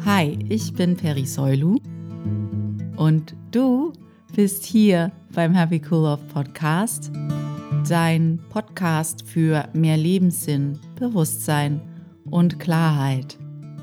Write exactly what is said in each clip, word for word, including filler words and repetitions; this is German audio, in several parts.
Hi, ich bin Peri Soilu und du bist hier beim Happy Cool Love Podcast, dein Podcast für mehr Lebenssinn, Bewusstsein und Klarheit.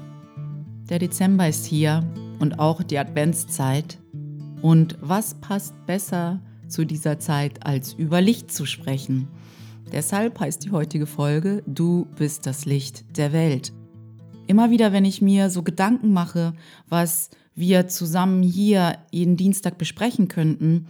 Der Dezember ist hier und auch die Adventszeit. Und was passt besser zu dieser Zeit, als über Licht zu sprechen? Deshalb heißt die heutige Folge Du bist das Licht der Welt. Immer wieder, wenn ich mir so Gedanken mache, was wir zusammen hier jeden Dienstag besprechen könnten,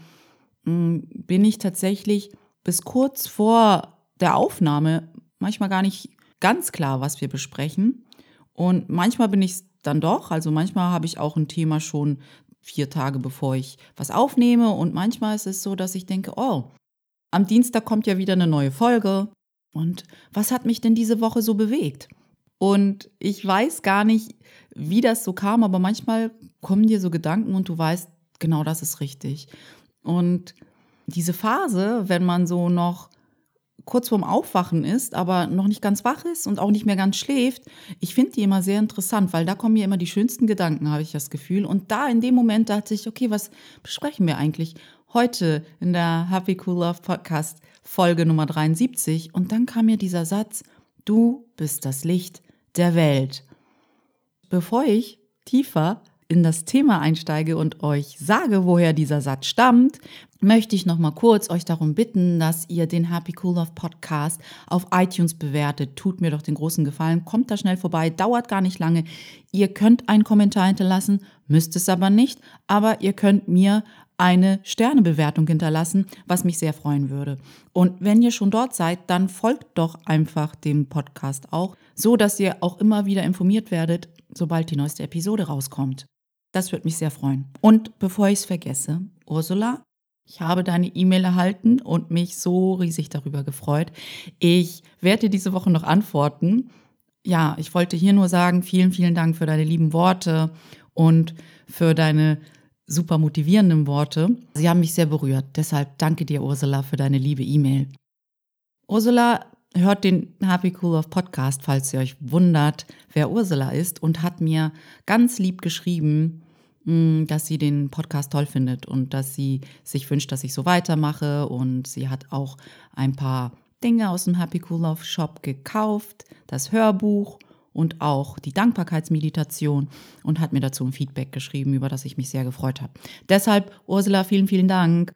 bin ich tatsächlich bis kurz vor der Aufnahme manchmal gar nicht ganz klar, was wir besprechen. Und manchmal bin ich es dann doch, also manchmal habe ich auch ein Thema schon vier Tage, bevor ich was aufnehme. Und manchmal ist es so, dass ich denke, oh, am Dienstag kommt ja wieder eine neue Folge. Und was hat mich denn diese Woche so bewegt? Und ich weiß gar nicht, wie das so kam, aber manchmal kommen dir so Gedanken und du weißt, genau das ist richtig. Und diese Phase, wenn man so noch kurz vorm Aufwachen ist, aber noch nicht ganz wach ist und auch nicht mehr ganz schläft, ich finde die immer sehr interessant, weil da kommen mir immer die schönsten Gedanken, habe ich das Gefühl. Und da in dem Moment dachte ich, okay, was besprechen wir eigentlich heute in der Happy Cool Love Podcast Folge Nummer dreiundsiebzig? Und dann kam mir dieser Satz, du bist das Licht der Welt. Bevor ich tiefer in das Thema einsteige und euch sage, woher dieser Satz stammt, möchte ich noch mal kurz euch darum bitten, dass ihr den Happy Cool Love Podcast auf iTunes bewertet. Tut mir doch den großen Gefallen, kommt da schnell vorbei, dauert gar nicht lange. Ihr könnt einen Kommentar hinterlassen, müsst es aber nicht, aber ihr könnt mir eine Sternebewertung hinterlassen, was mich sehr freuen würde. Und wenn ihr schon dort seid, dann folgt doch einfach dem Podcast auch, so dass ihr auch immer wieder informiert werdet, sobald die neueste Episode rauskommt. Das würde mich sehr freuen. Und bevor ich es vergesse, Ursula, ich habe deine E-Mail erhalten und mich so riesig darüber gefreut. Ich werde dir diese Woche noch antworten. Ja, ich wollte hier nur sagen, vielen, vielen Dank für deine lieben Worte und für deine super motivierenden Worte. Sie haben mich sehr berührt. Deshalb danke dir, Ursula, für deine liebe E-Mail. Ursula hört den Happy Cool Love Podcast, falls ihr euch wundert, wer Ursula ist, und hat mir ganz lieb geschrieben, dass sie den Podcast toll findet und dass sie sich wünscht, dass ich so weitermache. Und sie hat auch ein paar Dinge aus dem Happy Cool Love Shop gekauft, das Hörbuch und auch die Dankbarkeitsmeditation, und hat mir dazu ein Feedback geschrieben, über das ich mich sehr gefreut habe. Deshalb, Ursula, vielen, vielen Dank.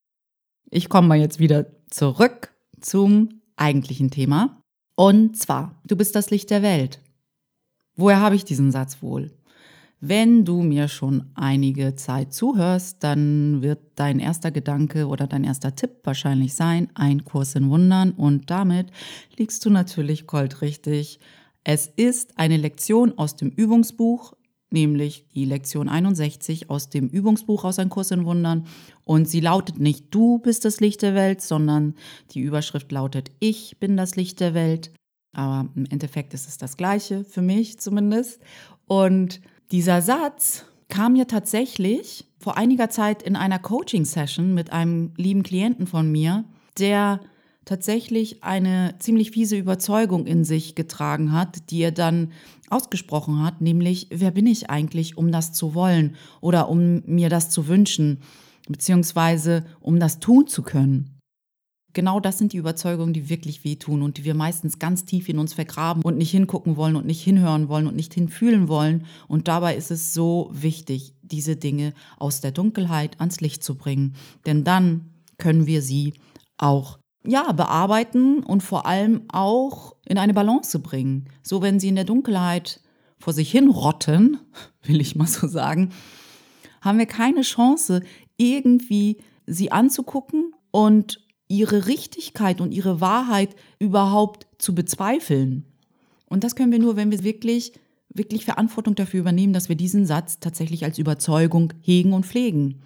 Ich komme mal jetzt wieder zurück zum eigentlichen Thema. Und zwar, du bist das Licht der Welt. Woher habe ich diesen Satz wohl? Wenn du mir schon einige Zeit zuhörst, dann wird dein erster Gedanke oder dein erster Tipp wahrscheinlich sein, ein Kurs in Wundern, und damit liegst du natürlich goldrichtig. Es ist eine Lektion aus dem Übungsbuch, nämlich die Lektion einundsechzig aus dem Übungsbuch aus Ein Kurs in Wundern. Und sie lautet nicht, du bist das Licht der Welt, sondern die Überschrift lautet, ich bin das Licht der Welt. Aber im Endeffekt ist es das Gleiche, für mich zumindest. Und dieser Satz kam mir tatsächlich vor einiger Zeit in einer Coaching-Session mit einem lieben Klienten von mir, der tatsächlich eine ziemlich fiese Überzeugung in sich getragen hat, die er dann ausgesprochen hat, nämlich, wer bin ich eigentlich, um das zu wollen oder um mir das zu wünschen, beziehungsweise um das tun zu können. Genau das sind die Überzeugungen, die wirklich wehtun und die wir meistens ganz tief in uns vergraben und nicht hingucken wollen und nicht hinhören wollen und nicht hinfühlen wollen. Und dabei ist es so wichtig, diese Dinge aus der Dunkelheit ans Licht zu bringen. Denn dann können wir sie auch ja, bearbeiten und vor allem auch in eine Balance bringen. So, wenn sie in der Dunkelheit vor sich hin rotten, will ich mal so sagen, haben wir keine Chance, irgendwie sie anzugucken und ihre Richtigkeit und ihre Wahrheit überhaupt zu bezweifeln. Und das können wir nur, wenn wir wirklich, wirklich Verantwortung dafür übernehmen, dass wir diesen Satz tatsächlich als Überzeugung hegen und pflegen.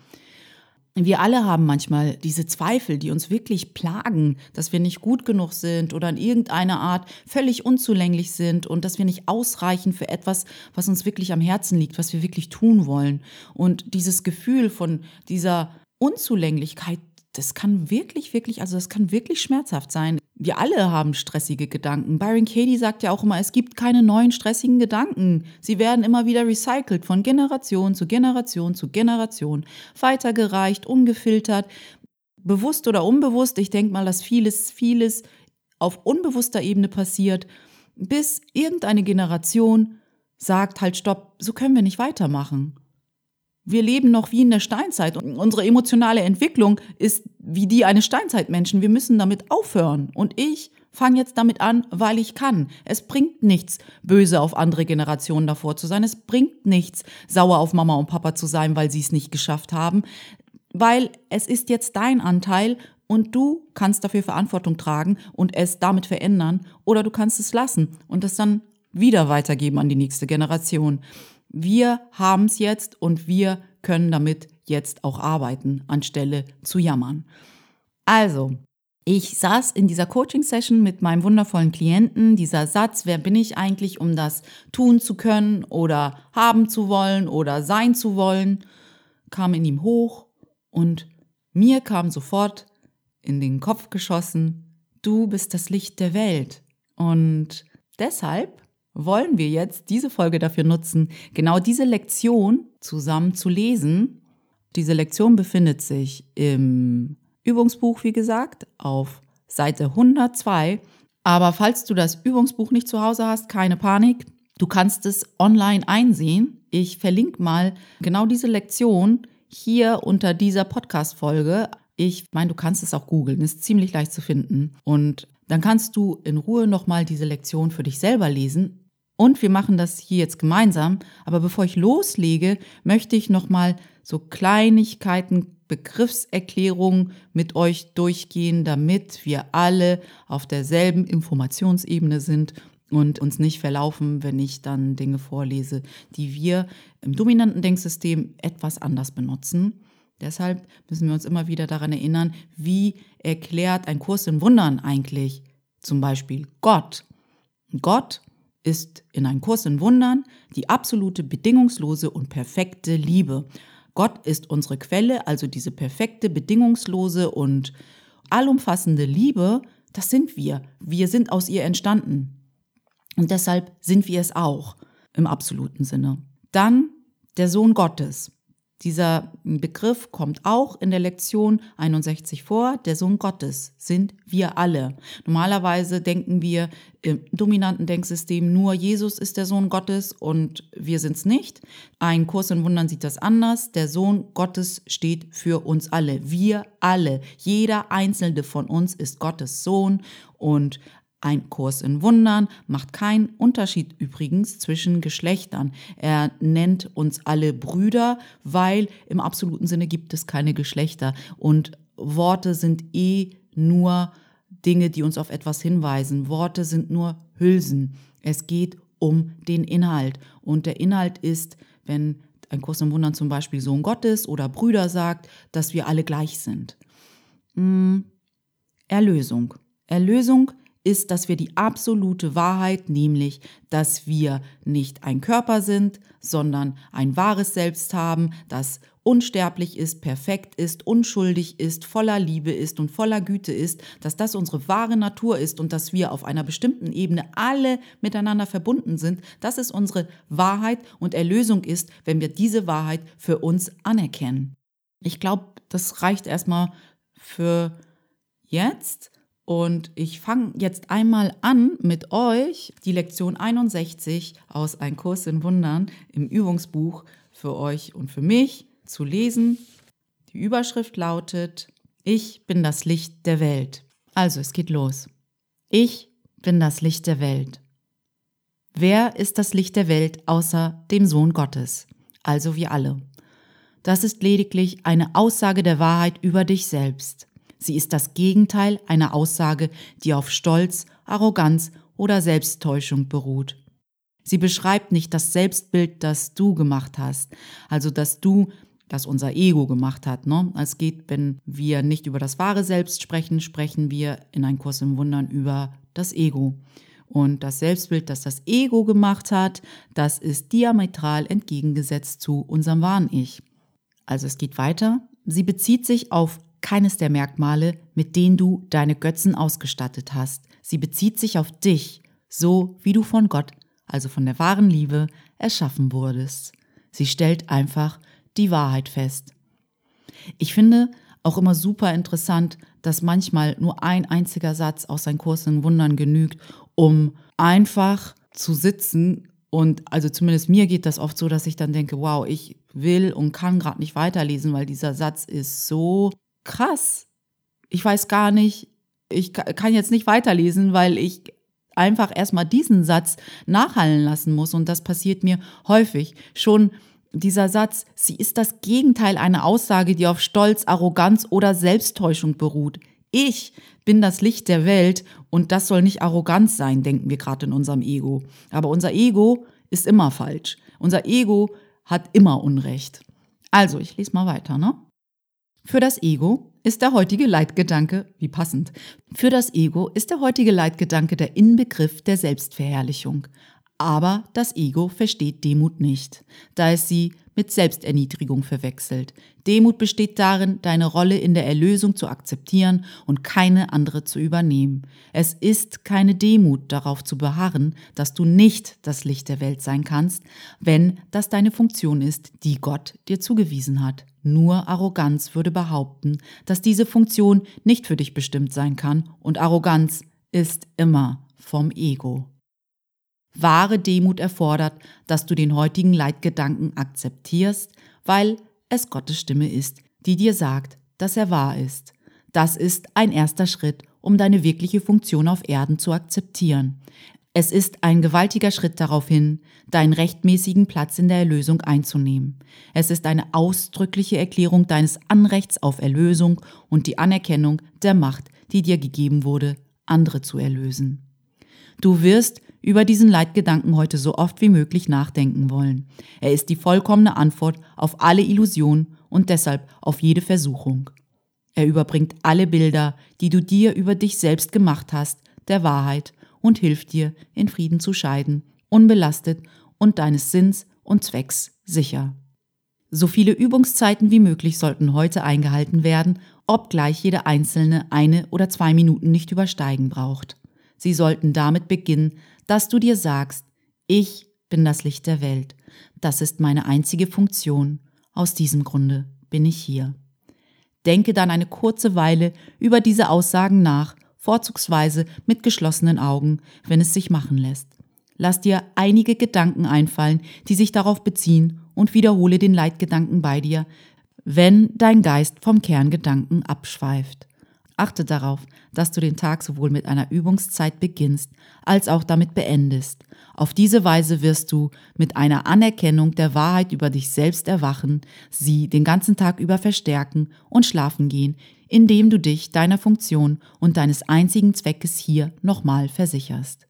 Wir alle haben manchmal diese Zweifel, die uns wirklich plagen, dass wir nicht gut genug sind oder in irgendeiner Art völlig unzulänglich sind und dass wir nicht ausreichen für etwas, was uns wirklich am Herzen liegt, was wir wirklich tun wollen. Und dieses Gefühl von dieser Unzulänglichkeit das kann wirklich, wirklich, also das kann wirklich schmerzhaft sein. Wir alle haben stressige Gedanken. Byron Katie sagt ja auch immer, es gibt keine neuen stressigen Gedanken. Sie werden immer wieder recycelt, von Generation zu Generation zu Generation, weitergereicht, ungefiltert, bewusst oder unbewusst. Ich denke mal, dass vieles, vieles auf unbewusster Ebene passiert, bis irgendeine Generation sagt, halt stopp, so können wir nicht weitermachen. Wir leben noch wie in der Steinzeit und unsere emotionale Entwicklung ist wie die eines Steinzeitmenschen. Wir müssen damit aufhören. Und ich fange jetzt damit an, weil ich kann. Es bringt nichts, böse auf andere Generationen davor zu sein. Es bringt nichts, sauer auf Mama und Papa zu sein, weil sie es nicht geschafft haben. Weil es ist jetzt dein Anteil und du kannst dafür Verantwortung tragen und es damit verändern. Oder du kannst es lassen und es dann wieder weitergeben an die nächste Generation. Wir haben es jetzt und wir können damit jetzt auch arbeiten, anstelle zu jammern. Also, ich saß in dieser Coaching-Session mit meinem wundervollen Klienten. Dieser Satz, wer bin ich eigentlich, um das tun zu können oder haben zu wollen oder sein zu wollen, kam in ihm hoch und mir kam sofort in den Kopf geschossen, du bist das Licht der Welt. Und deshalb wollen wir jetzt diese Folge dafür nutzen, genau diese Lektion zusammen zu lesen. Diese Lektion befindet sich im Übungsbuch, wie gesagt, auf Seite hundertzwei. Aber falls du das Übungsbuch nicht zu Hause hast, keine Panik. Du kannst es online einsehen. Ich verlinke mal genau diese Lektion hier unter dieser Podcast-Folge. Ich meine, du kannst es auch googeln, ist ziemlich leicht zu finden. Und dann kannst du in Ruhe nochmal diese Lektion für dich selber lesen. Und wir machen das hier jetzt gemeinsam. Aber bevor ich loslege, möchte ich nochmal so Kleinigkeiten, Begriffserklärungen mit euch durchgehen, damit wir alle auf derselben Informationsebene sind und uns nicht verlaufen, wenn ich dann Dinge vorlese, die wir im dominanten Denksystem etwas anders benutzen. Deshalb müssen wir uns immer wieder daran erinnern, wie erklärt ein Kurs in Wundern eigentlich zum Beispiel Gott. Gott ist in einem Kurs in Wundern die absolute, bedingungslose und perfekte Liebe. Gott ist unsere Quelle, also diese perfekte, bedingungslose und allumfassende Liebe, das sind wir. Wir sind aus ihr entstanden. Und deshalb sind wir es auch im absoluten Sinne. Dann der Sohn Gottes. Dieser Begriff kommt auch in der Lektion einundsechzig vor. Der Sohn Gottes sind wir alle. Normalerweise denken wir im dominanten Denksystem, nur Jesus ist der Sohn Gottes und wir sind es nicht. Ein Kurs in Wundern sieht das anders. Der Sohn Gottes steht für uns alle. Wir alle. Jeder einzelne von uns ist Gottes Sohn und ein Kurs in Wundern macht keinen Unterschied übrigens zwischen Geschlechtern. Er nennt uns alle Brüder, weil im absoluten Sinne gibt es keine Geschlechter. Und Worte sind eh nur Dinge, die uns auf etwas hinweisen. Worte sind nur Hülsen. Es geht um den Inhalt. Und der Inhalt ist, wenn ein Kurs in Wundern zum Beispiel Sohn Gottes oder Brüder sagt, dass wir alle gleich sind. Hm. Erlösung. Erlösung ist, dass wir die absolute Wahrheit, nämlich, dass wir nicht ein Körper sind, sondern ein wahres Selbst haben, das unsterblich ist, perfekt ist, unschuldig ist, voller Liebe ist und voller Güte ist, dass das unsere wahre Natur ist und dass wir auf einer bestimmten Ebene alle miteinander verbunden sind. Das ist unsere Wahrheit und Erlösung ist, wenn wir diese Wahrheit für uns anerkennen. Ich glaube, das reicht erstmal für jetzt. Und ich fange jetzt einmal an mit euch die Lektion einundsechzig aus Ein Kurs in Wundern im Übungsbuch für euch und für mich zu lesen. Die Überschrift lautet: Ich bin das Licht der Welt. Also, es geht los. Ich bin das Licht der Welt. Wer ist das Licht der Welt außer dem Sohn Gottes? Also wir alle. Das ist lediglich eine Aussage der Wahrheit über dich selbst. Sie ist das Gegenteil einer Aussage, die auf Stolz, Arroganz oder Selbsttäuschung beruht. Sie beschreibt nicht das Selbstbild, das du gemacht hast, also das du, das unser Ego gemacht hat. Ne? Es geht, wenn wir nicht über das wahre Selbst sprechen, sprechen wir in einem Kurs im Wundern über das Ego. Und das Selbstbild, das das Ego gemacht hat, das ist diametral entgegengesetzt zu unserem wahren Ich. Also es geht weiter. Sie bezieht sich auf keines der Merkmale, mit denen du deine Götzen ausgestattet hast. Sie bezieht sich auf dich, so wie du von Gott, also von der wahren Liebe, erschaffen wurdest. Sie stellt einfach die Wahrheit fest. Ich finde auch immer super interessant, dass manchmal nur ein einziger Satz aus Ein Kurs in Wundern genügt, um einfach zu sitzen. Und also zumindest mir geht das oft so, dass ich dann denke, wow, ich will und kann gerade nicht weiterlesen, weil dieser Satz ist so krass. Ich weiß gar nicht, ich kann jetzt nicht weiterlesen, weil ich einfach erstmal diesen Satz nachhallen lassen muss. Und das passiert mir häufig. Schon dieser Satz, sie ist das Gegenteil einer Aussage, die auf Stolz, Arroganz oder Selbsttäuschung beruht. Ich bin das Licht der Welt und das soll nicht Arroganz sein, denken wir gerade in unserem Ego. Aber unser Ego ist immer falsch. Unser Ego hat immer Unrecht. Also, ich lese mal weiter, ne? Für das Ego ist der heutige Leitgedanke, wie passend, für das Ego ist der heutige Leitgedanke der Inbegriff der Selbstverherrlichung. Aber das Ego versteht Demut nicht, da es sie mit Selbsterniedrigung verwechselt. Demut besteht darin, deine Rolle in der Erlösung zu akzeptieren und keine andere zu übernehmen. Es ist keine Demut, darauf zu beharren, dass du nicht das Licht der Welt sein kannst, wenn das deine Funktion ist, die Gott dir zugewiesen hat. Nur Arroganz würde behaupten, dass diese Funktion nicht für dich bestimmt sein kann, und Arroganz ist immer vom Ego. Wahre Demut erfordert, dass du den heutigen Leitgedanken akzeptierst, weil es Gottes Stimme ist, die dir sagt, dass er wahr ist. Das ist ein erster Schritt, um deine wirkliche Funktion auf Erden zu akzeptieren. Es ist ein gewaltiger Schritt darauf hin, deinen rechtmäßigen Platz in der Erlösung einzunehmen. Es ist eine ausdrückliche Erklärung deines Anrechts auf Erlösung und die Anerkennung der Macht, die dir gegeben wurde, andere zu erlösen. Du wirst über diesen Leitgedanken heute so oft wie möglich nachdenken wollen. Er ist die vollkommene Antwort auf alle Illusionen und deshalb auf jede Versuchung. Er überbringt alle Bilder, die du dir über dich selbst gemacht hast, der Wahrheit und hilft dir, in Frieden zu scheiden, unbelastet und deines Sinns und Zwecks sicher. So viele Übungszeiten wie möglich sollten heute eingehalten werden, obgleich jede einzelne eine oder zwei Minuten nicht übersteigen braucht. Sie sollten damit beginnen, dass du dir sagst, ich bin das Licht der Welt. Das ist meine einzige Funktion. Aus diesem Grunde bin ich hier. Denke dann eine kurze Weile über diese Aussagen nach, vorzugsweise mit geschlossenen Augen, wenn es sich machen lässt. Lass dir einige Gedanken einfallen, die sich darauf beziehen, und wiederhole den Leitgedanken bei dir, wenn dein Geist vom Kerngedanken abschweift. Achte darauf, dass du den Tag sowohl mit einer Übungszeit beginnst, als auch damit beendest. Auf diese Weise wirst du mit einer Anerkennung der Wahrheit über dich selbst erwachen, sie den ganzen Tag über verstärken und schlafen gehen, indem du dich deiner Funktion und deines einzigen Zweckes hier nochmal versicherst.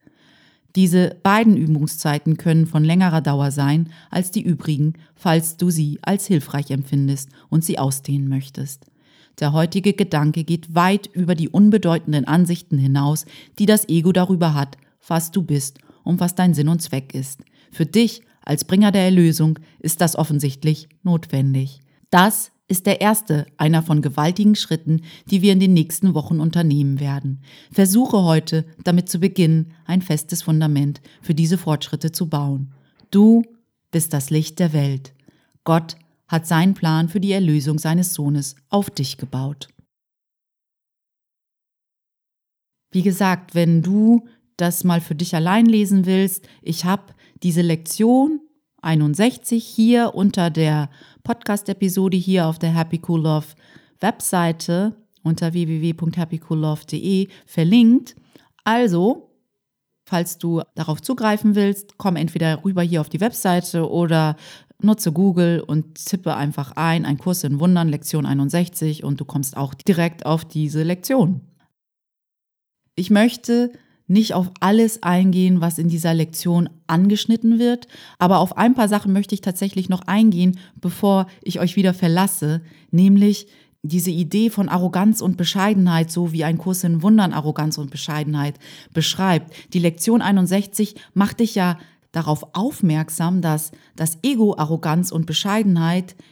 Diese beiden Übungszeiten können von längerer Dauer sein als die übrigen, falls du sie als hilfreich empfindest und sie ausdehnen möchtest. Der heutige Gedanke geht weit über die unbedeutenden Ansichten hinaus, die das Ego darüber hat, was du bist und was dein Sinn und Zweck ist. Für dich als Bringer der Erlösung ist das offensichtlich notwendig. Das ist der erste einer von gewaltigen Schritten, die wir in den nächsten Wochen unternehmen werden. Versuche heute, damit zu beginnen, ein festes Fundament für diese Fortschritte zu bauen. Du bist das Licht der Welt. Gott hat seinen Plan für die Erlösung seines Sohnes auf dich gebaut. Wie gesagt, wenn du das mal für dich allein lesen willst, ich habe diese Lektion einundsechzig hier unter der Podcast-Episode hier auf der Happy Cool Love Webseite unter w w w punkt happy cool love punkt d e verlinkt. Also, falls du darauf zugreifen willst, komm entweder rüber hier auf die Webseite oder nutze Google und tippe einfach ein, ein Kurs in Wundern, Lektion einundsechzig, und du kommst auch direkt auf diese Lektion. Ich möchte nicht auf alles eingehen, was in dieser Lektion angeschnitten wird, aber auf ein paar Sachen möchte ich tatsächlich noch eingehen, bevor ich euch wieder verlasse, nämlich diese Idee von Arroganz und Bescheidenheit, so wie ein Kurs in Wundern Arroganz und Bescheidenheit beschreibt. Die Lektion einundsechzig macht dich ja darauf aufmerksam, dass das Ego Arroganz und Bescheidenheit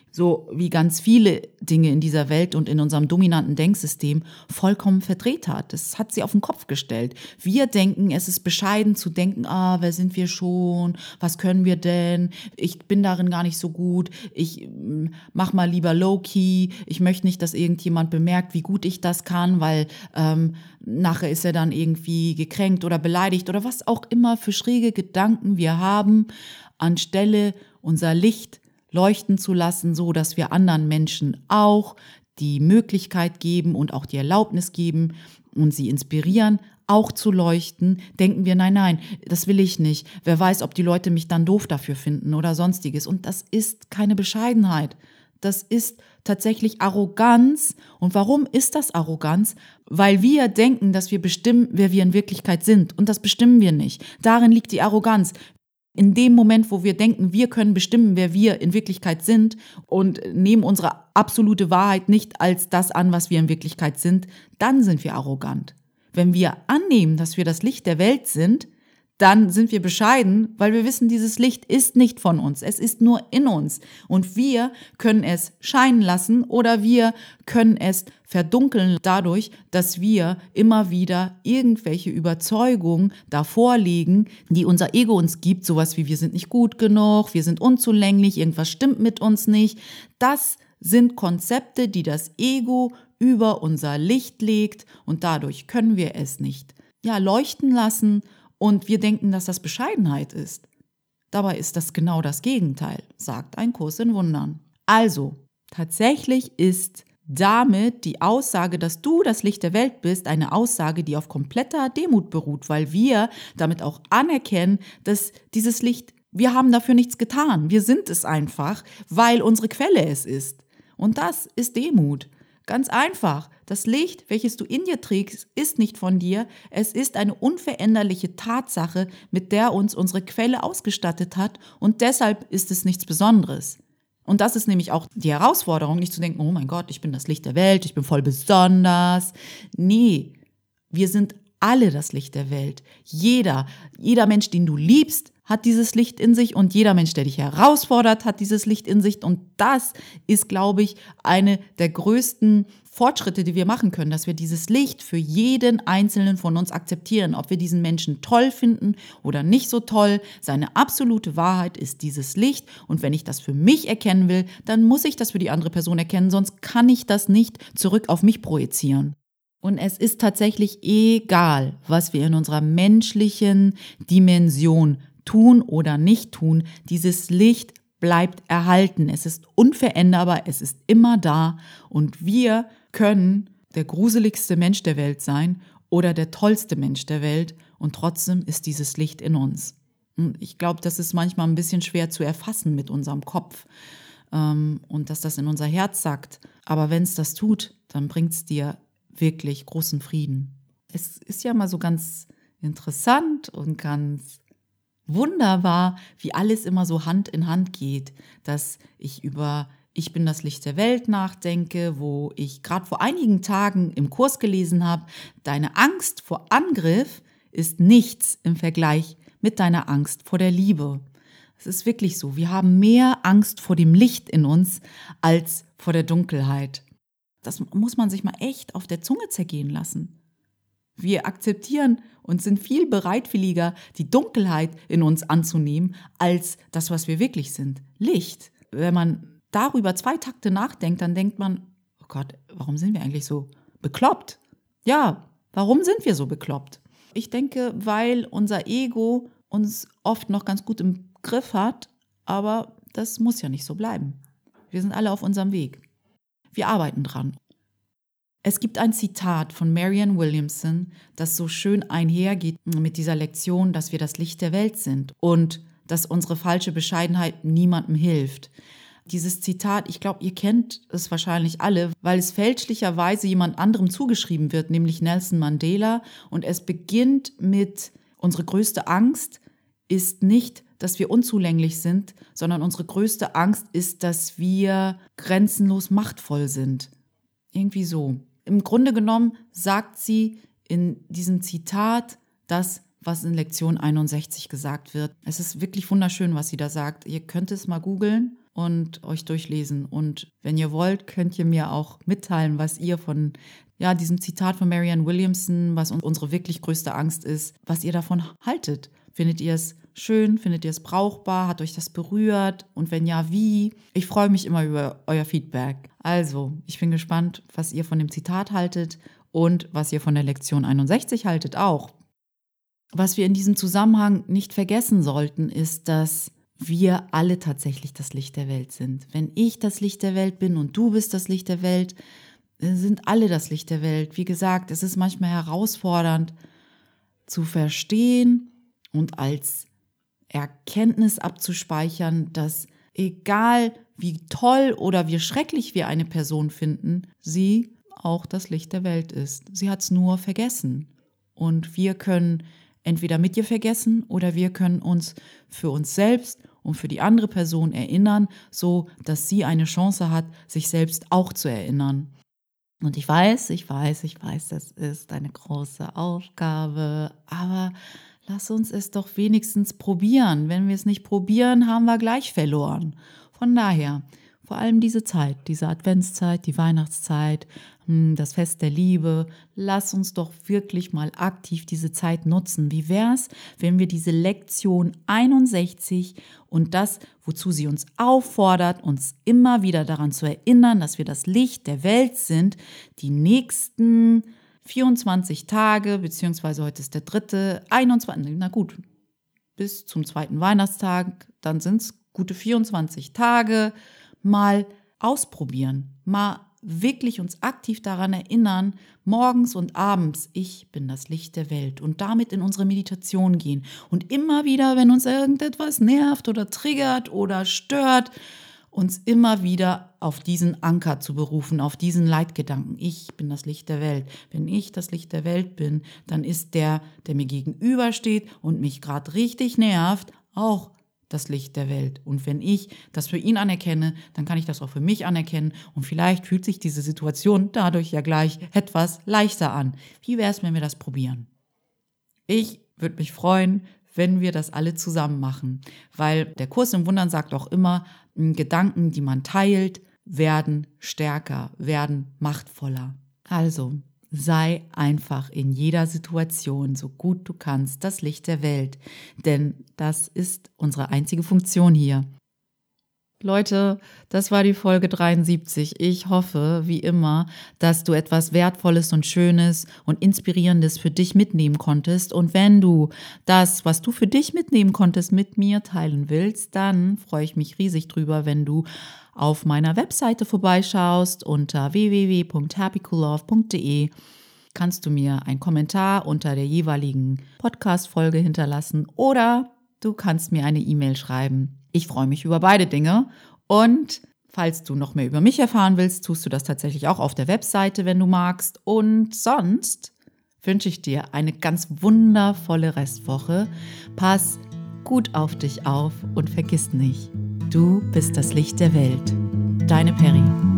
so wie ganz viele Dinge in dieser Welt und in unserem dominanten Denksystem vollkommen verdreht hat. Das hat sie auf den Kopf gestellt. Wir denken, es ist bescheiden zu denken, ah, wer sind wir schon? Was können wir denn? Ich bin darin gar nicht so gut. Ich mm, mach mal lieber low-key. Ich möchte nicht, dass irgendjemand bemerkt, wie gut ich das kann, weil ähm, nachher ist er dann irgendwie gekränkt oder beleidigt oder was auch immer für schräge Gedanken wir haben, anstelle unser Licht leuchten zu lassen, so dass wir anderen Menschen auch die Möglichkeit geben und auch die Erlaubnis geben und sie inspirieren, auch zu leuchten, denken wir, nein, nein, das will ich nicht. Wer weiß, ob die Leute mich dann doof dafür finden oder sonstiges. Und das ist keine Bescheidenheit. Das ist tatsächlich Arroganz. Und warum ist das Arroganz? Weil wir denken, dass wir bestimmen, wer wir in Wirklichkeit sind. Und das bestimmen wir nicht. Darin liegt die Arroganz. In dem Moment, wo wir denken, wir können bestimmen, wer wir in Wirklichkeit sind und nehmen unsere absolute Wahrheit nicht als das an, was wir in Wirklichkeit sind, dann sind wir arrogant. Wenn wir annehmen, dass wir das Licht der Welt sind, dann sind wir bescheiden, weil wir wissen, dieses Licht ist nicht von uns, es ist nur in uns. Und wir können es scheinen lassen oder wir können es verdunkeln dadurch, dass wir immer wieder irgendwelche Überzeugungen davor legen, die unser Ego uns gibt, sowas wie wir sind nicht gut genug, wir sind unzulänglich, irgendwas stimmt mit uns nicht. Das sind Konzepte, die das Ego über unser Licht legt und dadurch können wir es nicht ja, leuchten lassen. Und wir denken, dass das Bescheidenheit ist. Dabei ist das genau das Gegenteil, sagt ein Kurs in Wundern. Also, tatsächlich ist damit die Aussage, dass du das Licht der Welt bist, eine Aussage, die auf kompletter Demut beruht, weil wir damit auch anerkennen, dass dieses Licht, wir haben dafür nichts getan. Wir sind es einfach, weil unsere Quelle es ist. Und das ist Demut. Ganz einfach. Das Licht, welches du in dir trägst, ist nicht von dir. Es ist eine unveränderliche Tatsache, mit der uns unsere Quelle ausgestattet hat. Und deshalb ist es nichts Besonderes. Und das ist nämlich auch die Herausforderung, nicht zu denken, oh mein Gott, ich bin das Licht der Welt, ich bin voll besonders. Nee, wir sind alle das Licht der Welt. Jeder, jeder Mensch, den du liebst, hat dieses Licht in sich und jeder Mensch, der dich herausfordert, hat dieses Licht in sich. Und das ist, glaube ich, eine der größten Fortschritte, die wir machen können, dass wir dieses Licht für jeden Einzelnen von uns akzeptieren, ob wir diesen Menschen toll finden oder nicht so toll. Seine absolute Wahrheit ist dieses Licht und wenn ich das für mich erkennen will, dann muss ich das für die andere Person erkennen, sonst kann ich das nicht zurück auf mich projizieren. Und es ist tatsächlich egal, was wir in unserer menschlichen Dimension tun oder nicht tun, dieses Licht bleibt erhalten. Es ist unveränderbar, es ist immer da und wir können der gruseligste Mensch der Welt sein oder der tollste Mensch der Welt und trotzdem ist dieses Licht in uns. Und ich glaube, das ist manchmal ein bisschen schwer zu erfassen mit unserem Kopf ähm, und dass das in unser Herz sagt. Aber wenn es das tut, dann bringt es dir wirklich großen Frieden. Es ist ja mal so ganz interessant und ganz wunderbar, wie alles immer so Hand in Hand geht, dass ich über Ich bin das Licht der Welt nachdenke, wo ich gerade vor einigen Tagen im Kurs gelesen habe, deine Angst vor Angriff ist nichts im Vergleich mit deiner Angst vor der Liebe. Es ist wirklich so, wir haben mehr Angst vor dem Licht in uns als vor der Dunkelheit. Das muss man sich mal echt auf der Zunge zergehen lassen. Wir akzeptieren und sind viel bereitwilliger, die Dunkelheit in uns anzunehmen, als das, was wir wirklich sind. Licht. Wenn man darüber zwei Takte nachdenkt, dann denkt man, oh Gott, warum sind wir eigentlich so bekloppt? Ja, warum sind wir so bekloppt? Ich denke, weil unser Ego uns oft noch ganz gut im Griff hat, aber das muss ja nicht so bleiben. Wir sind alle auf unserem Weg. Wir arbeiten dran. Es gibt ein Zitat von Marianne Williamson, das so schön einhergeht mit dieser Lektion, dass wir das Licht der Welt sind und dass unsere falsche Bescheidenheit niemandem hilft. Dieses Zitat, ich glaube, ihr kennt es wahrscheinlich alle, weil es fälschlicherweise jemand anderem zugeschrieben wird, nämlich Nelson Mandela. Und es beginnt mit, unsere größte Angst ist nicht, dass wir unzulänglich sind, sondern unsere größte Angst ist, dass wir grenzenlos machtvoll sind. Irgendwie so. Im Grunde genommen sagt sie in diesem Zitat das, was in Lektion einundsechzig gesagt wird. Es ist wirklich wunderschön, was sie da sagt. Ihr könnt es mal googeln und euch durchlesen. Und wenn ihr wollt, könnt ihr mir auch mitteilen, was ihr von ja, diesem Zitat von Marianne Williamson, was unsere wirklich größte Angst ist, was ihr davon haltet. Findet ihr es schön? Findet ihr es brauchbar? Hat euch das berührt? Und wenn ja, wie? Ich freue mich immer über euer Feedback. Also, ich bin gespannt, was ihr von dem Zitat haltet und was ihr von der Lektion einundsechzig haltet auch. Was wir in diesem Zusammenhang nicht vergessen sollten, ist, dass wir alle tatsächlich das Licht der Welt sind. Wenn ich das Licht der Welt bin und du bist das Licht der Welt, sind alle das Licht der Welt. Wie gesagt, es ist manchmal herausfordernd zu verstehen und als Erkenntnis abzuspeichern, dass egal wie toll oder wie schrecklich wir eine Person finden, sie auch das Licht der Welt ist. Sie hat es nur vergessen. Und wir können entweder mit ihr vergessen oder wir können uns für uns selbst und für die andere Person erinnern, so dass sie eine Chance hat, sich selbst auch zu erinnern. Und ich weiß, ich weiß, ich weiß, das ist eine große Aufgabe, aber lass uns es doch wenigstens probieren. Wenn wir es nicht probieren, haben wir gleich verloren. Von daher, vor allem diese Zeit, diese Adventszeit, die Weihnachtszeit, das Fest der Liebe, lass uns doch wirklich mal aktiv diese Zeit nutzen. Wie wär's, wenn wir diese Lektion einundsechzig und das, wozu sie uns auffordert, uns immer wieder daran zu erinnern, dass wir das Licht der Welt sind, die nächsten vierundzwanzig Tage, beziehungsweise heute ist der dritte, einundzwanzig, na gut, bis zum zweiten Weihnachtstag, dann sind es gute vierundzwanzig Tage, mal ausprobieren, mal wirklich uns aktiv daran erinnern, morgens und abends, ich bin das Licht der Welt und damit in unsere Meditation gehen. Und immer wieder, wenn uns irgendetwas nervt oder triggert oder stört, uns immer wieder auf diesen Anker zu berufen, auf diesen Leitgedanken. Ich bin das Licht der Welt. Wenn ich das Licht der Welt bin, dann ist der, der mir gegenübersteht und mich gerade richtig nervt, auch das Licht der Welt. Und wenn ich das für ihn anerkenne, dann kann ich das auch für mich anerkennen. Und vielleicht fühlt sich diese Situation dadurch ja gleich etwas leichter an. Wie wäre es, wenn wir das probieren? Ich würde mich freuen, wenn wir das alle zusammen machen. Weil der Kurs im Wundern sagt auch immer, Gedanken, die man teilt, werden stärker, werden machtvoller. Also sei einfach in jeder Situation, so gut du kannst, das Licht der Welt. Denn das ist unsere einzige Funktion hier. Leute, das war die Folge dreiundsiebzig. Ich hoffe, wie immer, dass du etwas Wertvolles und Schönes und Inspirierendes für dich mitnehmen konntest. Und wenn du das, was du für dich mitnehmen konntest, mit mir teilen willst, dann freue ich mich riesig drüber, wenn du auf meiner Webseite vorbeischaust unter w w w punkt happy cool love punkt d e. Kannst du mir einen Kommentar unter der jeweiligen Podcast-Folge hinterlassen oder du kannst mir eine E-Mail schreiben. Ich freue mich über beide Dinge und falls du noch mehr über mich erfahren willst, tust du das tatsächlich auch auf der Webseite, wenn du magst. Und sonst wünsche ich dir eine ganz wundervolle Restwoche. Pass gut auf dich auf und vergiss nicht, du bist das Licht der Welt. Deine Peri.